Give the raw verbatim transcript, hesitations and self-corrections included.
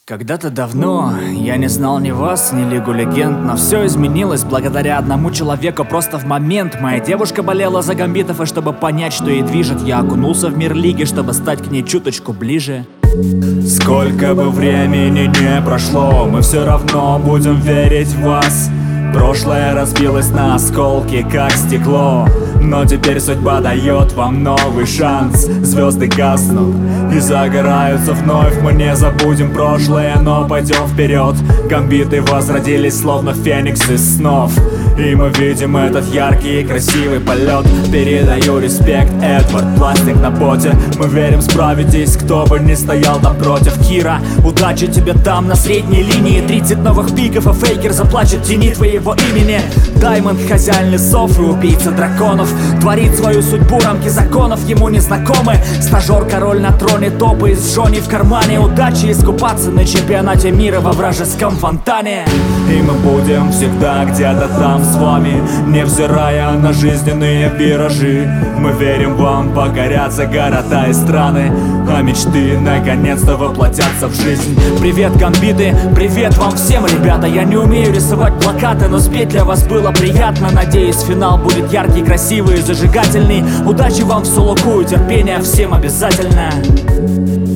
Когда-то давно я не знал ни вас, ни Лигу Легенд, но все изменилось благодаря одному человеку. Просто в момент моя девушка болела за гамбитов, и чтобы понять, что ей движет, я окунулся в мир Лиги, чтобы стать к ней чуточку ближе. Сколько бы времени не прошло, мы все равно будем верить в вас. Прошлое разбилось на осколки, как стекло, но теперь судьба дает вам новый шанс. Звезды гаснут и загораются вновь. Мы не забудем прошлое, но пойдем вперед. Гамбиты возродились, словно феникс из снов, и мы видим этот яркий и красивый полет. Передаю респект, Эдвард, пластик на боте. Мы верим, справитесь, кто бы ни стоял там против. Кира, удачи тебе там на средней линии. Тридцать новых пиков, а Фейкер заплачет в тени твоего имени. Даймонд, хозяин лесов и убийца драконов, творит свою судьбу, рамки законов ему не знакомы. Стажер, король на троне, топы из Джонни в кармане. Удачи искупаться на чемпионате мира во вражеском фонтане. И мы будем всегда где-то там с вами, невзирая на жизненные виражи. Мы верим, вам покорятся города и страны, а мечты наконец-то воплотятся в жизнь. Привет, гамбиты, привет вам всем, ребята. Я не умею рисовать плакаты, но спеть для вас было приятно. Надеюсь, финал будет яркий, красивый и зажигательный. Удачи вам в Сулуку и терпения всем обязательно.